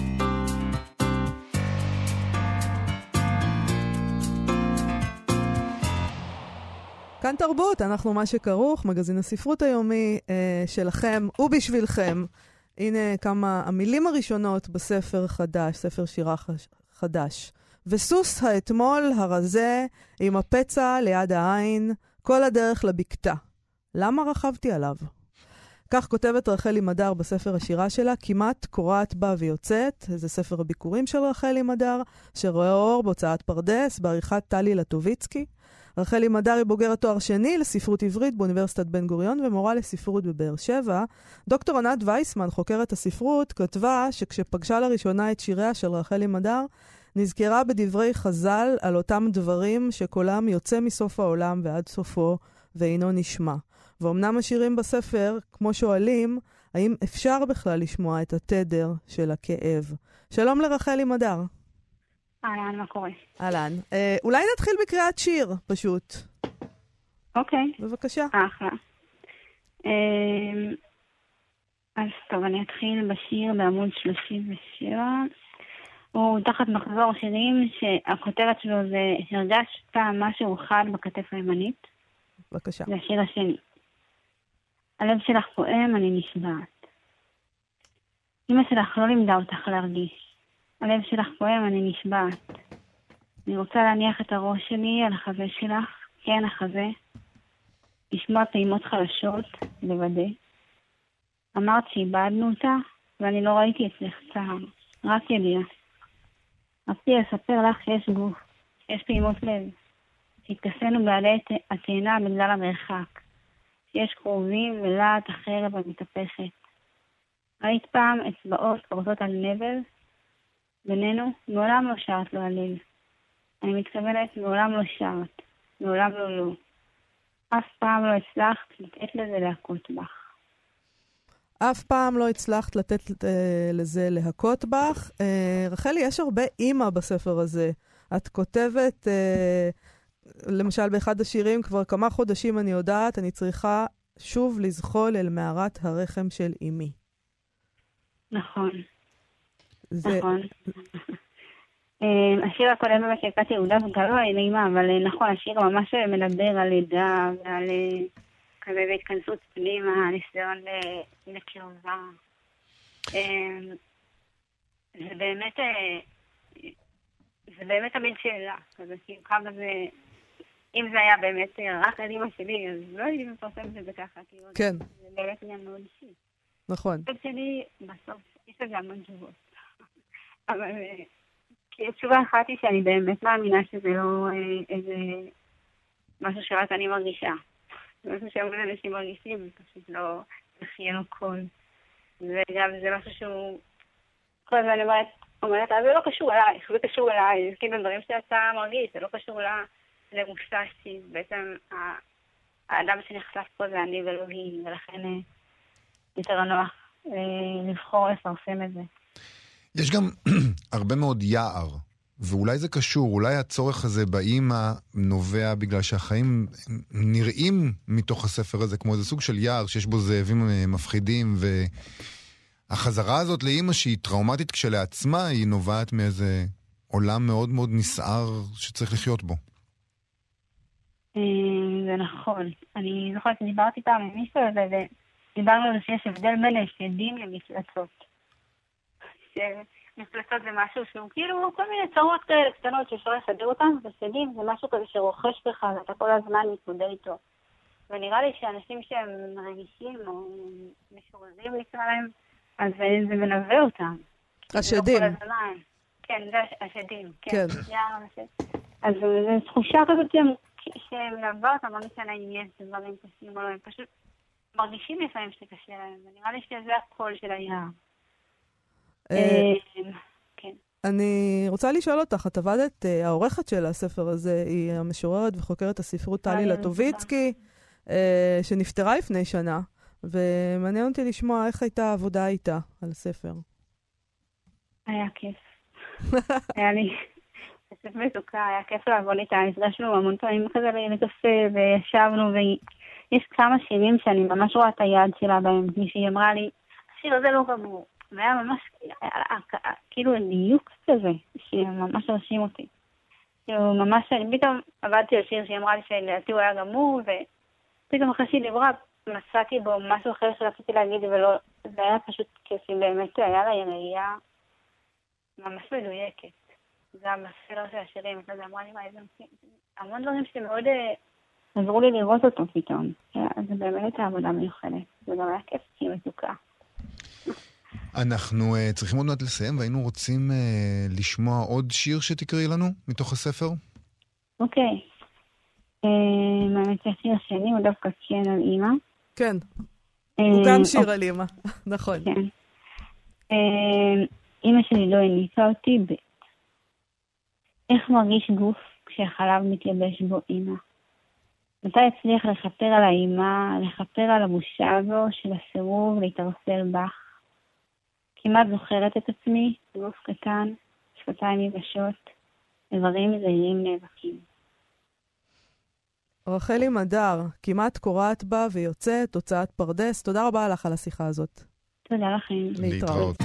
S3: כאן תרבות, אנחנו מה שכרוך, מגזין הספרות היומי שלכם ובשבילכם. הנה כמה המילים הראשונות בספר חדש, ספר שירה חדש. וסוס האתמול הרזה עם הפצע ליד העין, כל הדרך לבקתה. למה רכבתי עליו? כך כותבת רחלי מדר בספר השירה שלה, כמעט קוראת בה ויוצאת, זה ספר הביקורים של רחלי מדר, שרואה אור בהוצאת פרדס, בעריכת טלי לטוביצקי. רחלי מדר היא בוגרת תואר שני לספרות עברית באוניברסיטת בן גוריון ומורה לספרות בבאר שבע. דוקטור ענת וייסמן, חוקרת הספרות, כתבה שכשפגשה לראשונה את שיריה של רחלי מדר, נזכרה בדברי חז"ל על אותם דברים שקולם יוצא מסוף העולם ועד סופו ואינו נשמע. ואומנם השירים בספר, כמו שואלים, האם אפשר בכלל לשמוע את התדר של הכאב? שלום לרחלי מדר.
S8: אהלן, מה קורה?
S3: אהלן. אולי נתחיל בקריאת שיר, פשוט.
S8: אוקיי.
S3: בבקשה.
S8: אחלה. אז טוב, אני אתחיל בשיר בעמוד 37. הוא תחת מחזור שירים שהכותרת שלו זה הרגש פעם משהו חד בכתף הימנית.
S3: בבקשה.
S8: זה השיר השני. הלב שלך פועם, אני נשבעת. אמא שלך לא לימדה אותך להרגיש. הלב שלך פועם, אני נשבעת. אני רוצה להניח את הראש שלי על החזה שלך, כן החזה. לשמוע פעימות חלשות, לוודא. אמרת שאיבדנו אותה, ואני לא ראיתי אצלך צער. רק ידיעה. רציתי לספר לך שיש גוף, שיש פעימות לב, שהתכסנו בעלי התאנה בגלל המרחק, שיש קרובים ולעת החרב המתהפכת. ראית פעם אצבעות פורטות על נבל? בינינו, מעולם לא שרת לו הלב. אני מתכוונת, מעולם לא שרת, מעולם לא. אף פעם לא הצלחת לתת לזה להכות בך.
S3: אף פעם לא הצלחת לתת לזה להכות בך. רחלי, יש הרבה אימא בספר הזה. את כותבת, למשל באחד השירים, כבר כמה חודשים אני יודעת, אני צריכה שוב לזחול אל מערת הרחם של אמי.
S8: נכון. נכון. השיר הקודם באמת שהקראתי הוא דווקא לא נעימה, אבל נכון, השיר ממש מדבר על לידה ועל כזה בהתכנסות פנימה, ניסיון לקרבה. זה באמת תמיד שאלה, כזה כמה זה, אם זה היה באמת רק על אמא שלי, אז לא הייתי מפרסמת את זה ככה,
S3: כן.
S8: זה באמת עניין מאוד אישי.
S3: נכון.
S8: בסוף שלי, בסוף, יש לזה המון תשובות. אבל תשובה אחת היא שאני באמת מאמינה שזה לא איזה משהו שרק אני מרגישה. זה משהו שהמון אנשים מרגישים, פשוט לא לחיינו קול. וגם זה משהו שהוא, כל הזמן אומרת, זה לא קשור אלייך, זה קשור אליי, זה כאילו דברים שאתה מרגיש, זה לא קשור למוששי. בעצם האדם שנחשף פה זה אני ולא היא, ולכן יותר נוח לבחור לפרסם את זה.
S4: יש גם הרבה מאוד יער, ואולי זה קשור, אולי הצורך הזה באמא נובע בגלל שהחיים נראים מתוך הספר הזה כמו איזה סוג של יער שיש בו זאבים מפחידים, והחזרה הזאת לאמא שהיא טראומטית כשלעצמה, היא נובעת מאיזה עולם מאוד מאוד נסער שצריך לחיות בו.
S8: זה נכון. אני זוכרת שדיברתי פעם עם מישהו הזה, ודיברנו על זה שיש הבדל בין שדים למפלצות. שמפלצות זה משהו שהוא כאילו כל מיני צרות כאלה קטנות שאפשר לסדר אותם, ושדים זה משהו כזה שרוכש בך ואתה כל הזמן מתמודד איתו. ונראה לי שאנשים שהם רגישים או משוררים לקרוא להם, אז זה מנווה אותם.
S3: השדים.
S8: כן, זה השדים.
S3: כן.
S8: אז זו תחושה כזאת שמלווה אותם, לא משנה אם יש דברים קשים או לא, הם פשוט מרגישים לפעמים שקשה להם, ונראה לי שזה הקול של היער. כן.
S3: אני רוצה לשאול אותך, את עבדת, העורכת של הספר הזה היא המשוררת וחוקרת הספרות טלי לטוביצקי, שנפטרה לפני שנה, ומעניין אותי לשמוע איך הייתה העבודה איתה על הספר.
S8: היה כיף. היה לי ספר מתוקה, היה כיף לעבוד איתה, נפגשנו המון פעמים כזה לקפה וישבנו, ויש כמה שירים שאני ממש רואה את היד שלה בהם, שהיא אמרה לי, השיר הזה לא גמור. והיה ממש, כאילו דיוק כזה, שממש הרשים אותי. ממש, פתאום עבדתי על שיר שהיא אמרה לי שלדעתי הוא היה גמור, ופתאום אחרי שהיא דיברה, מצאתי בו משהו אחר שרציתי להגיד, ולא, זה היה פשוט כיפי, באמת היה לה ראייה ממש מדויקת. גם הספר של השירים, זה אמרה לי, המון דברים שמאוד עזרו לי לראות אותו פתאום. זה באמת העבודה מיוחדת, זה גם היה כיף, כי היא מתוקה.
S4: אנחנו צריכים עוד מעט לסיים, והיינו רוצים לשמוע עוד שיר שתקראי לנו מתוך הספר.
S8: אוקיי. האמת השיר השני הוא דווקא כן על אמא.
S3: כן. הוא גם שיר על אמא. נכון.
S8: כן. אמא שלי לא הניקה אותי איך מרגיש גוף כשהחלב מתייבש בו אמא? מתי הצליח לכפר על האמא, לכפר על הבושה הזו של הסירוב להתרסל בך? כמעט זוכרת את עצמי, גוף קטן, שפתיים יבשות, איברים זהירים נאבקים.
S3: רחלי מדר, כמעט קוראת בה ויוצאת, תוצאת פרדס. תודה רבה לך על השיחה הזאת.
S8: תודה לכם.
S3: להתראות.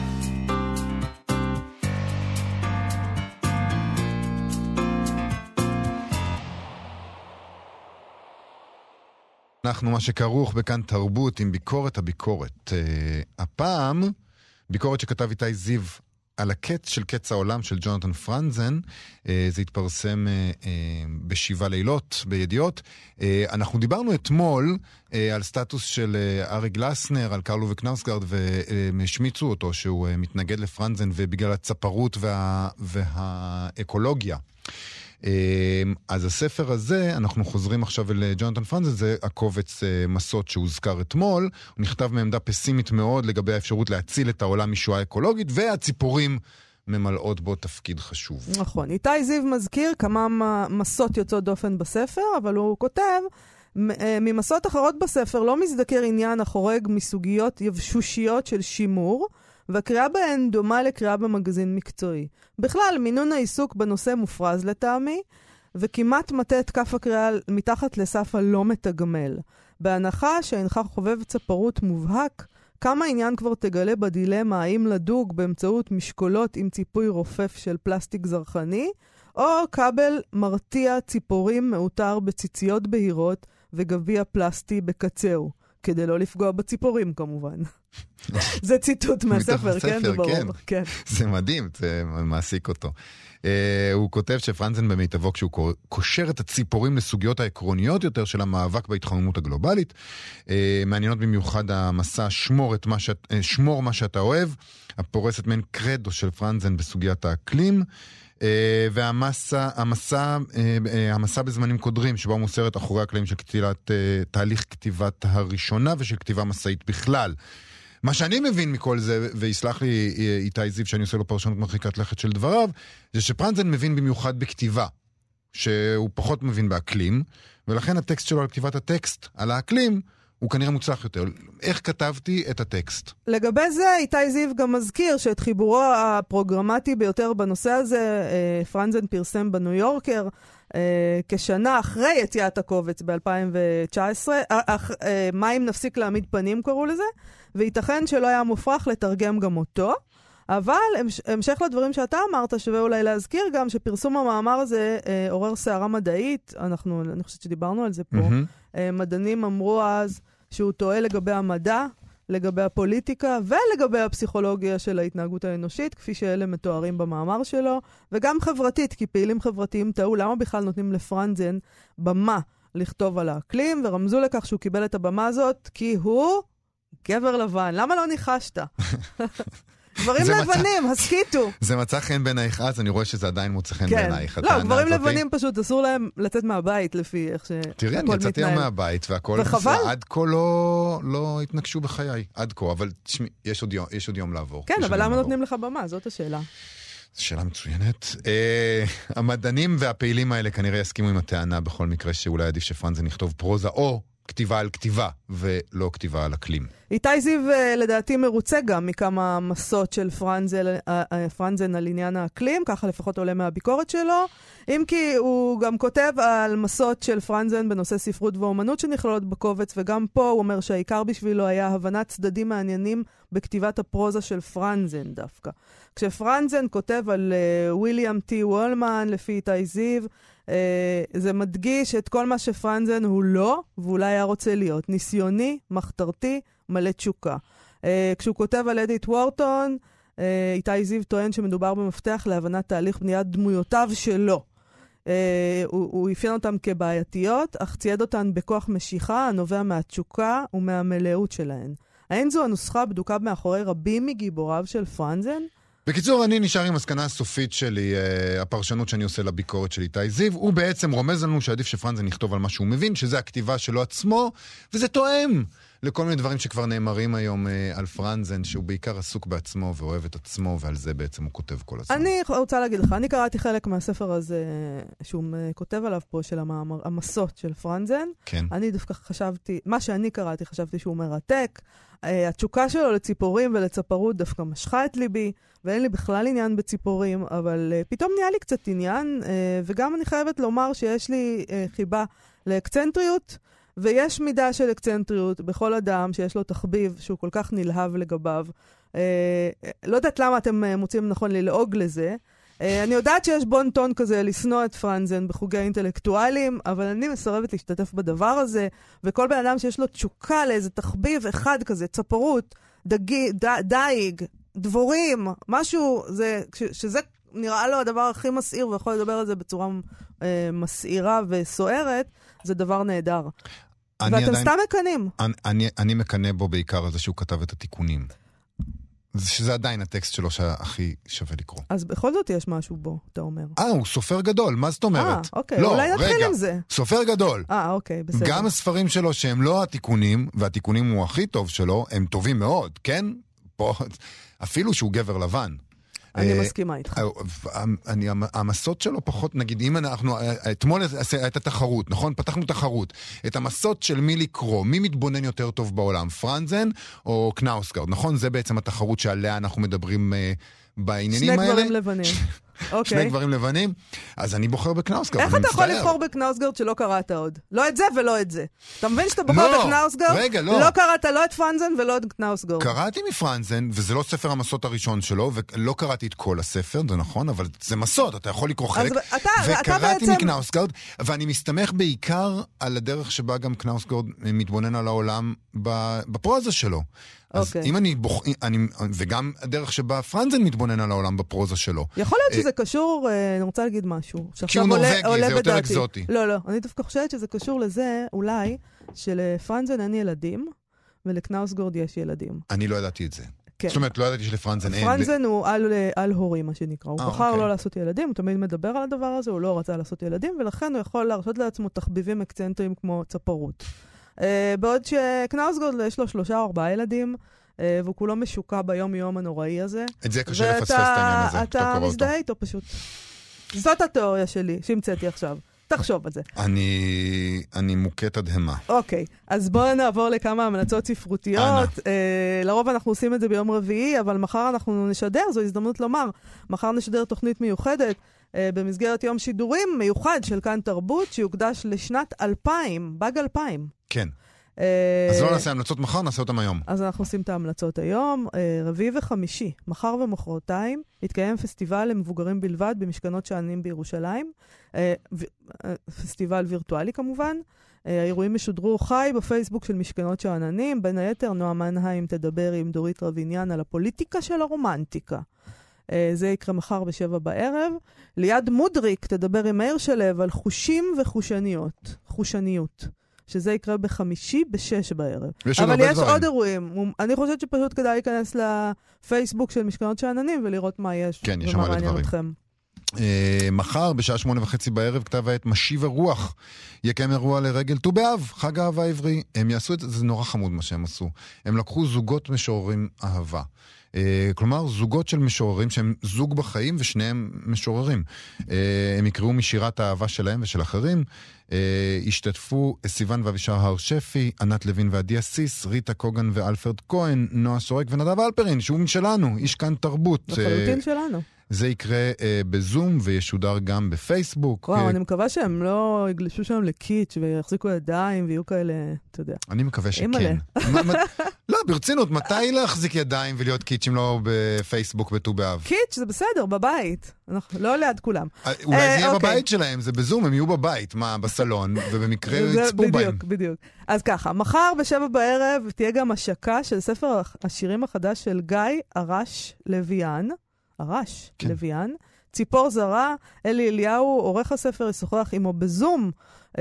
S4: אנחנו מה שכרוך בכאן תרבות עם ביקורת הביקורת. הפעם ביקורת שכתב איתי זיו על הקץ של קץ העולם של ג'ונתן פרנזן. זה התפרסם בשבעה לילות בידיעות. אנחנו דיברנו אתמול על סטטוס של ארי גלסנר, על קרלו וקנאוסגרד, והשמיצו אותו שהוא מתנגד לפרנזן ובגלל הצפרות והאקולוגיה. אז הספר הזה, אנחנו חוזרים עכשיו אל ג'ונתן פרנזן, זה הקובץ מסות שהוזכר אתמול, הוא נכתב מעמדה פסימית מאוד לגבי האפשרות להציל את העולם משואה אקולוגית, והציפורים ממלאות בו תפקיד חשוב.
S3: נכון. איתי זיו מזכיר כמה מסות יוצאות דופן בספר, אבל הוא כותב, ממסות אחרות בספר לא מזדקר עניין החורג מסוגיות יבשושיות של שימור, והקריאה בהן דומה לקריאה במגזין מקצועי. בכלל, מינון העיסוק בנושא מופרז לטעמי, וכמעט מטה את כף הקריאה מתחת לסף הלא מתגמל. בהנחה שאינך חובב צפרות מובהק, כמה עניין כבר תגלה בדילמה האם לדוג באמצעות משקולות עם ציפוי רופף של פלסטיק זרחני, או כבל מרתיע ציפורים מאותר בציציות בהירות וגביע פלסטי בקצהו, כדי לא לפגוע בציפורים כמובן. זה ציטוט מהספר, כן? זה ברור. כן.
S4: זה מדהים, זה מעסיק אותו. הוא כותב שפרנזן במיטבו, כשהוא קושר את הציפורים לסוגיות העקרוניות יותר של המאבק בהתחממות הגלובלית, מעניינות במיוחד המסע שמור מה שאתה אוהב, הפורסת מן קרדו של פרנזן בסוגיית האקלים, והמסע בזמנים קודרים, שבו מוסרת אחורי הקלעים של תהליך כתיבת הראשונה ושל כתיבה מסעית בכלל. מה שאני מבין מכל זה, ויסלח לי איתי זיו שאני עושה לו פרשנות מרחיקת לכת של דבריו, זה שפרנזן מבין במיוחד בכתיבה, שהוא פחות מבין באקלים, ולכן הטקסט שלו על כתיבת הטקסט, על האקלים, הוא כנראה מוצלח יותר. איך כתבתי את הטקסט?
S3: לגבי זה, איתי זיו גם מזכיר שאת חיבורו הפרוגרמטי ביותר בנושא הזה, פרנזן פרסם בניו יורקר, כשנה אחרי יציאת הקובץ ב-2019, מים נפסיק להעמיד פנים קראו לזה, וייתכן שלא היה מופרך לתרגם גם אותו, אבל המשך לדברים שאתה אמרת, שווה אולי להזכיר גם שפרסום המאמר הזה עורר סערה מדעית, אני חושבת שדיברנו על זה פה, מדענים אמרו אז שהוא טועה לגבי המדע, לגבי הפוליטיקה ולגבי הפסיכולוגיה של ההתנהגות האנושית, כפי שאלה מתוארים במאמר שלו, וגם חברתית, כי פעילים חברתיים טעו, למה בכלל נותנים לפרנזן במה לכתוב על האקלים, ורמזו לכך שהוא קיבל את הבמה הזאת, כי הוא גבר לבן. למה לא ניחשת? גברים לבנים, הסקיטו.
S4: זה מצא חן בעינייך אז, אני רואה שזה עדיין מוצא חן בעינייך.
S3: לא, גברים לבנים פשוט אסור להם לצאת מהבית לפי איך שהכל מתנהל.
S4: תראי, אני יצאתי מהבית והכל עד כה לא התנגשו בחיי, עד כה, אבל תשמעי, יש עוד יום לעבור.
S3: כן, אבל למה נותנים לך במה? זאת השאלה.
S4: זו שאלה מצוינת. המדענים והפעילים האלה כנראה יסכימו עם הטענה בכל מקרה שאולי עדיף שפרנזן יכתוב פרוזה או כתיבה על כתיבה, ולא כתיבה על אקלים.
S3: איתי זיו לדעתי מרוצה גם מכמה מסות של פרנזן על עניין האקלים, ככה לפחות עולה מהביקורת שלו, אם כי הוא גם כותב על מסות של פרנזן בנושא ספרות ואומנות שנכללות בקובץ, וגם פה הוא אומר שהעיקר בשבילו היה הבנת צדדים מעניינים בכתיבת הפרוזה של פרנזן דווקא. כשפרנזן כותב על וויליאם טי וולמן לפי איתי זיו, זה מדגיש את כל מה שפרנזן הוא לא, ואולי היה רוצה להיות. ניסיוני, מחתרתי, מלא תשוקה. כשהוא כותב על אדית וורטון, איתי זיו טוען שמדובר במפתח להבנת תהליך בניית דמויותיו שלו. הוא אפיין אותם כבעייתיות, אך צייד אותן בכוח משיכה הנובע מהתשוקה ומהמלאות שלהן. האין זו הנוסחה בדוקה מאחורי רבים מגיבוריו של פרנזן?
S4: בקיצור, אני נשאר עם הסכנה הסופית שלי, הפרשנות שאני עושה לביקורת של איתי זיו, הוא בעצם רומז לנו שעדיף שפרנזן נכתוב על מה שהוא מבין, שזה הכתיבה שלו עצמו, וזה תואם לכל מיני דברים שכבר נאמרים היום על פרנזן, שהוא בעיקר עסוק בעצמו ואוהב את עצמו, ועל זה בעצם הוא כותב כל הזמן.
S3: אני רוצה להגיד לך, אני קראתי חלק מהספר הזה שהוא כותב עליו פה, של המסות של פרנזן.
S4: כן.
S3: אני דווקא חשבתי, מה שאני קראתי, חשבתי שהוא מרתק. התשוקה שלו לציפורים ולצפרות דווקא משכה את ליבי, ואין לי בכלל עניין בציפורים, אבל פתאום נהיה לי קצת עניין, וגם אני חייבת לומר שיש לי חיבה לאקצנטריות, ויש מידה של אקצנטריות בכל אדם שיש לו תחביב שהוא כל כך נלהב לגביו. לא יודעת למה אתם מוצאים נכון ללעוג לזה. אני יודעת שיש בון טון כזה לשנוא את פרנזן בחוגי אינטלקטואלים, אבל אני מסרבת להשתתף בדבר הזה, וכל בן אדם שיש לו תשוקה לאיזה תחביב אחד כזה, צפרות, דייג, דבורים, משהו, שזה נראה לו הדבר הכי מסעיר, ויכול לדבר על זה בצורה מסעירה וסוערת, זה דבר נהדר. ואתם סתם מקנים.
S4: אני מקנה בו בעיקר על זה שהוא כתב את התיקונים. שזה עדיין הטקסט שלו שהכי שווה לקרוא.
S3: אז בכל זאת יש משהו בו, אתה אומר.
S4: הוא סופר גדול, מה זאת אומרת?
S3: אוקיי, אולי נתחיל עם זה.
S4: סופר גדול.
S3: אוקיי, בסדר.
S4: גם הספרים שלו שהם לא התיקונים, והתיקונים הוא הכי טוב שלו, הם טובים מאוד, כן? פה, אפילו שהוא גבר לבן.
S3: אני מסכימה איתך.
S4: המסות שלו פחות, נגיד, אם אנחנו, אתמול הייתה תחרות, נכון? פתחנו תחרות. את המסות של מי לקרוא, מי מתבונן יותר טוב בעולם, פרנזן או קנאוסגרד, נכון? זה בעצם התחרות שעליה אנחנו מדברים בעניינים האלה.
S3: שני גברים לבנים.
S4: שני גברים לבנים, אז אני בוחר בקנאוסגרד.
S3: איך אתה יכול לבחור בקנאוסגרד שלא קראת עוד? לא את זה ולא את זה. אתה מבין שאתה בוחר בקנאוסגרד?
S4: רגע, לא.
S3: לא קראת לא את פרנזן ולא את קנאוסגרד.
S4: קראתי מפרנזן, וזה לא ספר המסות הראשון שלו, ולא קראתי את כל הספר, זה נכון, אבל זה מסות, אתה יכול לקרוא חלק. וקראתי מקנאוסגרד, ואני מסתמך בעיקר על הדרך שבה גם קנאוסגרד מתבונן על העולם בפרוזה שלו. אז אם וגם הדרך שבה פרנזן מתבונן על העולם בפרוזה שלו.
S3: יכול להיות שזה קשור, אני רוצה להגיד משהו.
S4: כי הוא נורווגי, זה יותר אקזוטי.
S3: לא, אני דווקא חושבת שזה קשור לזה, אולי, שלפרנזן אין ילדים, ולקנאוסגרד יש ילדים.
S4: אני לא ידעתי את זה. זאת אומרת, לא ידעתי שלפרנזן אין.
S3: פרנזן הוא על הורים, מה שנקרא. הוא בחר לא לעשות ילדים, הוא תמיד מדבר על הדבר הזה, הוא לא רצה לעשות ילדים, ולכן הוא יכול להרשות לעצמו תחביבים אקצנטריים כמו צפרות. בעוד שקנאוסגרד יש לו 3 או 4 ילדים, והוא כולו משוקע ביום-יום הנוראי הזה.
S4: את זה קשה לפספס את העניין הזה.
S3: ואתה מזדהה איתו פשוט. זאת התיאוריה שלי, שהמצאתי עכשיו. תחשוב על זה.
S4: אני מוכה תדהמה.
S3: אוקיי, אז בואו נעבור לכמה המלצות ספרותיות. לרוב אנחנו עושים את זה ביום רביעי, אבל מחר אנחנו נשדר, זו הזדמנות לומר. מחר נשדר תוכנית מיוחדת במסגרת יום שידורים מיוחד של כאן תרבות, שיוקדש לשנת 2000, באג 2000.
S4: כן. אז לא נעשה המלצות מחר, נעשה אותם היום.
S3: אז אנחנו עושים את ההמלצות היום. רביעי וחמישי, מחר ומחרתיים, יתקיים פסטיבל למבוגרים בלבד במשכנות שענים בירושלים. פסטיבל וירטואלי כמובן. האירועים משודרו חי בפייסבוק של משכנות שעננים. בין היתר, נועה מנהיים תדבר עם דורית רביניאן על הפוליטיקה של הרומנטיקה. זה יקרה מחר ב7 בערב. ליד מודריק תדבר עם מאיר שלו על חושים וחושניות. חושניות. שזה יקרה בחמישי ב6 בערב. אבל יש עוד אירועים. אני חושבת שפשוט כדאי להיכנס לפייסבוק של משכנות שעננים ולראות מה יש.
S4: כן, יש שם מלא דברים. מחר בשעה 8:30 בערב כתב העת משיב הרוח יקיים אירוע לרגל ט"ו באב, חג האהבה העברי. הם יעשו את זה, זה נורא חמוד מה שהם עשו. הם לקחו זוגות משוררים אהבה. כלומר, זוגות של משוררים שהם זוג בחיים ושניהם משוררים. הם יקראו משירת האהבה שלהם ושל אחרים. השתתפו סיוון ואבישר הר שפי, ענת לוין ועדי אסיס, ריטה קוגן ואלפרד כהן, נועה סורק ונדב אלפרין, שהוא משלנו, איש כאן תרבות.
S3: לחלוטין שלנו.
S4: זה יקרה בזום וישודר גם בפייסבוק.
S3: וואו, אני מקווה שהם לא יגלשו שם לקיץ' ויחזיקו ידיים ויהיו כאלה, אתה יודע.
S4: אני מקווה שכן. לא, ברצינות, מתי להחזיק ידיים ולהיות קיץ' אם לא בפייסבוק בט"ו באב?
S3: קיץ' זה בסדר, בבית. לא ליד כולם.
S4: אולי זה יהיה בבית שלהם, זה בזום, הם יהיו בבית, מה, בסלון, ובמקרה יצפו בהם.
S3: בדיוק. אז ככה, מחר ב7 בערב תהיה גם השקה של ספר השירים החדש של גיא הרש לויאן. הרש, כן. לויאן. ציפור זרה, אלי אליהו, עורך הספר, ישוחח עמו בזום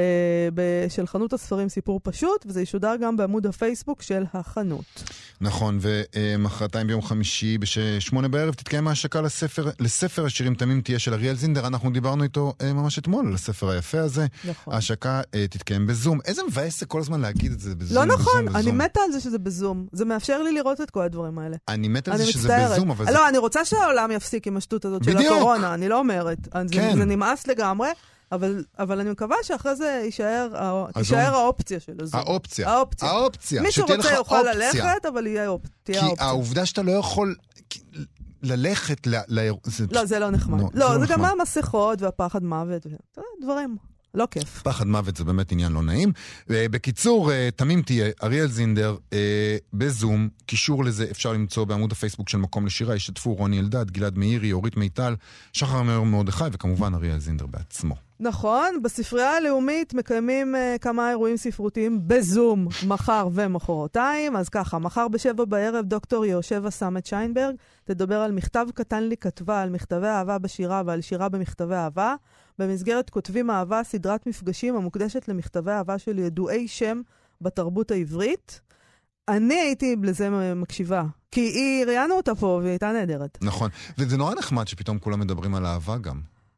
S3: של חנות הספרים סיפור פשוט, וזה ישודר גם בעמוד הפייסבוק של החנות.
S4: נכון, ומחרתיים ביום חמישי ב8 בערב תתקיים ההשקה לספר השירים תמים תהיה של אריאל זינדר, אנחנו דיברנו איתו ממש אתמול על הספר היפה הזה. נכון. ההשקה תתקיים בזום. איזה מבאס זה כל הזמן להגיד את זה בזום,
S3: לא נכון,
S4: בזום,
S3: אני מתה על זה שזה בזום. זה מאפשר לי לראות את כל הדברים האלה.
S4: אני מתה על זה שזה בזום, אבל
S3: לא, אני רוצה שהעולם יפסיק עם השטות הזאת של הקורונה, אני לא אומרת. זה נמאס לגמרי. אבל אני מקווה שאחרי זה יישאר האופציה של הזום.
S4: האופציה.
S3: מישהו רוצה יוכל ללכת, אבל תהיה האופציה.
S4: כי העובדה שאתה לא יכול ללכת
S3: לא, זה לא נחמד. לא, זה גם המסכות והפחד מוות. דברים. לא כיף.
S4: פחד מוות זה באמת עניין לא נעים. בקיצור, תמים תהיה, אריאל זינדר בזום, קישור לזה אפשר למצוא בעמוד הפייסבוק של מקום לשירה, השתתפו רוני אלדד, גלעד מאירי, אורית מיטל, שחר מרדכי וכמובן אריאל זינדר בעצמו.
S3: נכון, בספרייה הלאומית מקיימים כמה אירועים ספרותיים בזום, מחר ומחרתיים. אז ככה, מחר ב7 בערב דוקטור יהושבה סמת שיינברג תדבר על מכתב קטן לי כתבה, על מכתבי אהבה בשירה ועל שירה במכתבי אהבה. במסגרת כותבים אהבה, סדרת מפגשים המוקדשת למכתבי אהבה של ידועי שם בתרבות העברית. אני הייתי לזה מקשיבה, כי ראיינו אותה פה והיא הייתה נהדרת.
S4: נכון, וזה נורא נחמד שפתאום כולם מדברים על אהבה גם.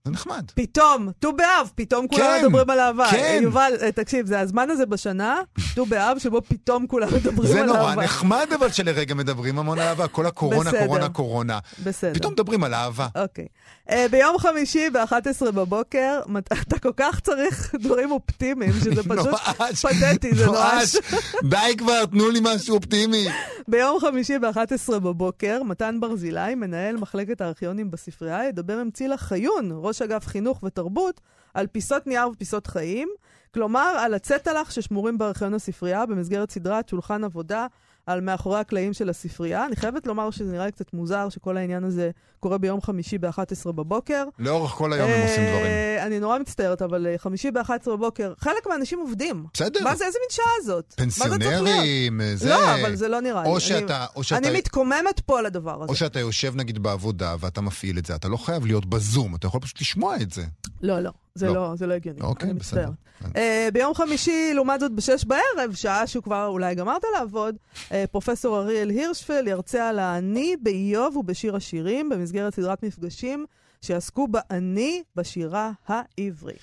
S4: זה נחמד.
S3: פתאום, ט"ו באב, פתאום כולם מדברים על אהבה.
S4: כן.
S3: יובל, תקשיב, זה הזמן הזה בשנה, ט"ו באב, שבו פתאום כולם מדברים על אהבה.
S4: זה נורא נחמד, אבל שלרגע מדברים המון על אהבה. כל הקורונה, קורונה.
S3: בסדר.
S4: פתאום מדברים על אהבה.
S3: אוקיי. ביום חמישי ב-11 בבוקר, אתה כל כך צריך דברים אופטימיים, שזה פשוט פתטי, זה נואש.
S4: די כבר, תנו לי משהו אופטימי.
S3: ביום חמישי ב-11 בבוקר, מתן ברזילי, מנהל מחלקת הארכיונים בספרייה, ידבר עם צילה חיון, ראש אגף חינוך ותרבות, על פיסות נייר ופיסות חיים, כלומר, על הצטלח ששמורים בארכיון הספרייה, במסגרת סדרת שולחן עבודה, על מאחורי הקלעים של הספרייה. אני חייבת לומר שזה נראה קצת מוזר שכל העניין הזה קורה ביום חמישי ב-11 בבוקר.
S4: לאורך כל היום הם עושים דברים.
S3: אני נורא מצטערת, אבל חמישי ב-11 בבוקר, חלק מהאנשים עובדים.
S4: בסדר.
S3: מה זה, איזה מין שעה הזאת?
S4: פנסיונרים, זה...
S3: לא, אבל זה לא נראה לי.
S4: אני
S3: מתקוממת פה על הדבר הזה.
S4: או שאתה יושב נגיד בעבודה ואתה מפעיל את זה, אתה לא חייב להיות בזום, אתה יכול פשוט לשמוע את זה.
S3: לא. זה לא הגיוני.
S4: אוקיי, בסדר.
S3: ביום חמישי, לעומת זאת ב-6 בערב, שעה שהוא כבר אולי גמרת לעבוד, פרופסור אריאל הירשפלד ירצה על האני באיוב ובשיר השירים, במסגרת סדרת מפגשים שעסקו באני בשירה העברית.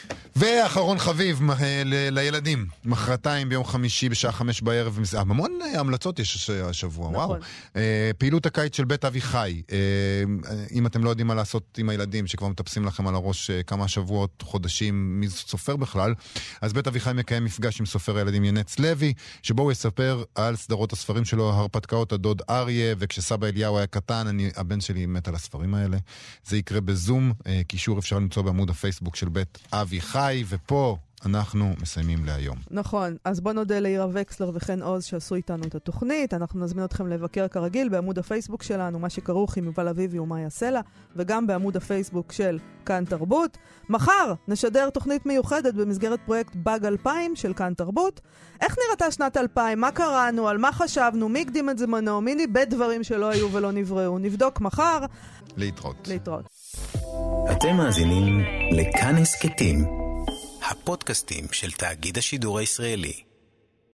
S4: ואחרון חביב לילדים, מחרתיים ביום חמישי בשעה 5 בערב, המון המלצות יש השבוע,
S3: נכון.
S4: וואו. פעילות הקיץ של בית אבי חי, אם אתם לא יודעים מה לעשות עם הילדים שכבר מטפסים לכם על הראש כמה שבועות, חודשים, מי סופר בכלל, אז בית אבי חי מקיים מפגש עם סופר הילדים ינץ לוי, שבו הוא יספר על סדרות הספרים שלו, הרפתקאות הדוד אריה, וכשסבא אליהו היה קטן, הבן שלי מת על הספרים האלה. זה יקרה בזום, קישור אפשר למצוא בעמוד הפייסבוק של בית אבי חי, ופה אנחנו מסיימים להיום.
S3: נכון, אז בוא נודה לאירה וקסלר וכן עוז שעשו איתנו את התוכנית. אנחנו נזמין אתכם לבקר כרגיל בעמוד הפייסבוק שלנו, מה שכרוך עם יובל אביבי ומאיה סלע, וגם בעמוד הפייסבוק של כאן תרבות. מחר נשדר תוכנית מיוחדת במסגרת פרויקט באג 2000 של כאן תרבות. איך נראתה שנת 2000? מה קראנו? על מה חשבנו? מי הקדים את זמנו? מי ניבד דברים שלא היו ולא נבראו? נבדוק מחר.
S4: להתראות.
S1: אתם מאזינים לכאן הסכתים, הפודקאסטים של תאגיד השידור הישראלי.